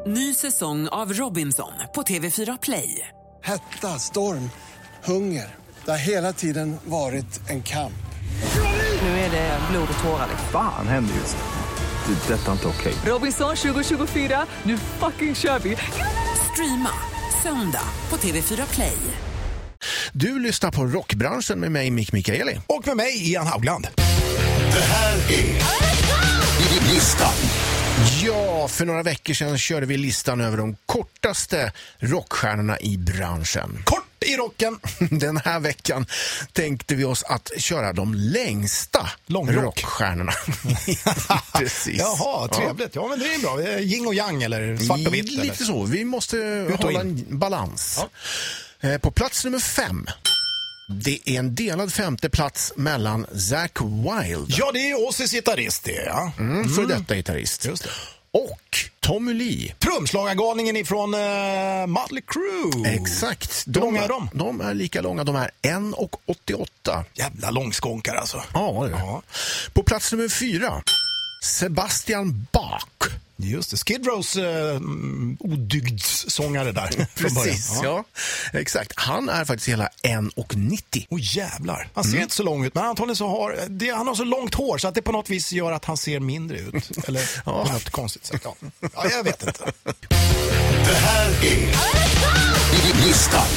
Ny säsong av Robinson på TV4 Play. Hetta, storm, hunger. Det har hela tiden varit en kamp. Nu är det blod och tårar. Fan händer just det. Det är detta inte okej. Robinson 2024, nu fucking kör vi. Streama söndag på TV4 Play. Du lyssnar på Rockbranschen med mig, Mick Mikaeli. Och med mig, Ian Haugland. Det här är listan. Ja, för några veckor sedan körde vi listan över de kortaste rockstjärnorna i branschen. Kort i rocken. Den här veckan tänkte vi oss att köra de längsta rockstjärnorna. Precis. Jaha, trevligt. Ja, men det är bra. Yin och yang eller svart och vitt. Lite eller? så. Vi måste hålla en balans. Ja. På plats nummer 5. Det är en delad femte plats mellan Zakk Wylde. Ja, det är Ozzy's gitarrist det, ja. För detta gitarrist. Just det. Och Tommy Lee. Trumslagargalningen ifrån Mötley Crüe. Exakt. Hur långa är de? De är lika långa. De är 1,88. Jävla långskånkar alltså. Ja, det är. Ja. På plats nummer 4. Sebastian Bach. Just det, Skid Rows odygdssångare där. Precis, ja. Exakt. Han är faktiskt hela 1,90. Jävlar. Han ser inte så lång ut, men antagligen så han har så långt hår så att det på något vis gör att han ser mindre ut. Eller på något konstigt sätt. Ja, jag vet inte. Det här är listan.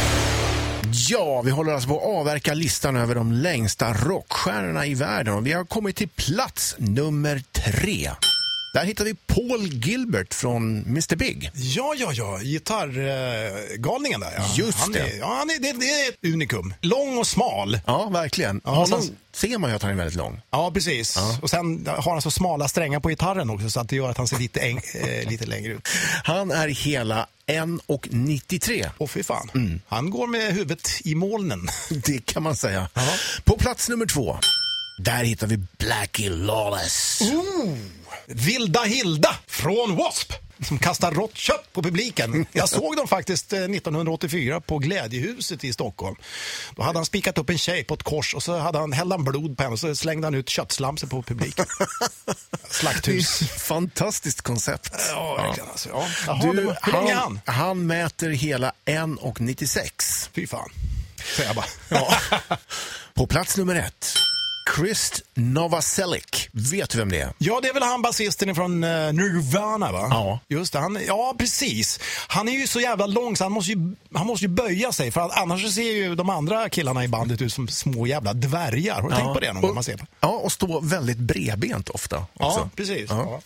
Ja, vi håller alltså på att avverka listan över de längsta rockstjärnorna i världen. Och vi har kommit till plats nummer 3. Där hittar vi Paul Gilbert från Mr. Big. Ja, gitarrgalningen där. Ja. Just det. Det är ett unikum. Lång och smal. Ja, verkligen. Ja, ser man ju att han är väldigt lång. Ja, precis. Ja. Och sen har han så smala strängar på gitarren också så att det gör att han ser lite längre ut. Han är hela 1,93. Åh, fy fan. Han går med huvudet i molnen. Det kan man säga. Aha. På plats nummer 2. Där hittar vi Blackie Lawless. Vilda Hilda från W.A.S.P. som kastar rått kött på publiken. Jag såg dem faktiskt 1984 på Glädjehuset i Stockholm. Då hade han spikat upp en tjej på ett kors och så hade han hällt blod på henne och så slängde han ut köttslamser på publiken. Slakthus. Fantastiskt koncept. Ja, verkligen. Alltså, ja. Jaha, hur lång är han? Han mäter hela 1,96. Fy fan, säger jag bara. Ja. På plats nummer 1. Krist Novoselic. Vet du vem det är? Ja, det är väl han basisten från Nirvana, va? Ja. Just det, ja, precis. Han är ju så jävla lång så han måste ju böja sig för att annars så ser ju de andra killarna i bandet ut som små jävla dvärgar. Har du tänkt på det någon gång man ser på? Ja, och stå väldigt bredbent ofta också. Ja, precis. Ja.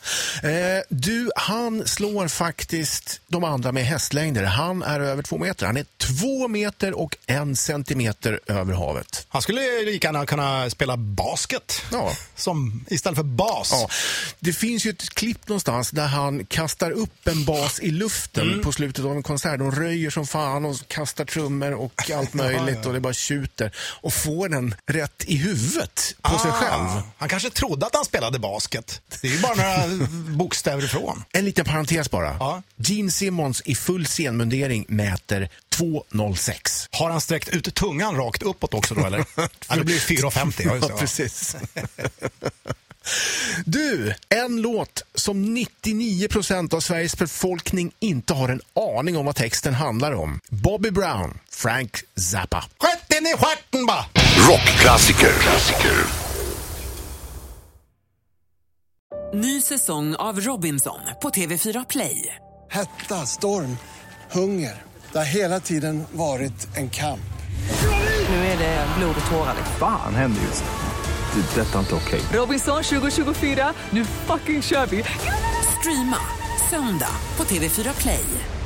Han slår faktiskt de andra med hästlängder. Han är över 2 meter. Han är 2 meter och 1 centimeter över havet. Han skulle lika gärna kunna spela basket istället för bas. Ja. Det finns ju ett klipp någonstans där han kastar upp en bas i luften på slutet av en konsert. De röjer som fan och kastar trummor och allt möjligt och det bara tjuter och får den rätt i huvudet på sig själv. Han kanske trodde att han spelade basket. Det är ju bara några bokstäver ifrån. En liten parentes bara. Ja. Gene Simmons i full scenmundering mäter 2,06. Har han sträckt ut tungan rakt uppåt också då, eller? Ja, det blir 4,50. Ja, precis. Du, en låt som 99% av Sveriges befolkning inte har en aning om vad texten handlar om. Bobby Brown, Frank Zappa. Skätten i stjärten bara! Rockklassiker. Ny säsong av Robinson på TV4 Play. Hetta, storm, hunger. Det har hela tiden varit en kamp. Nu är det blod och tårar. Fan händer just det. Det är detta inte okej. Robinson 2024, nu fucking kör vi. Streama söndag på TV4 Play.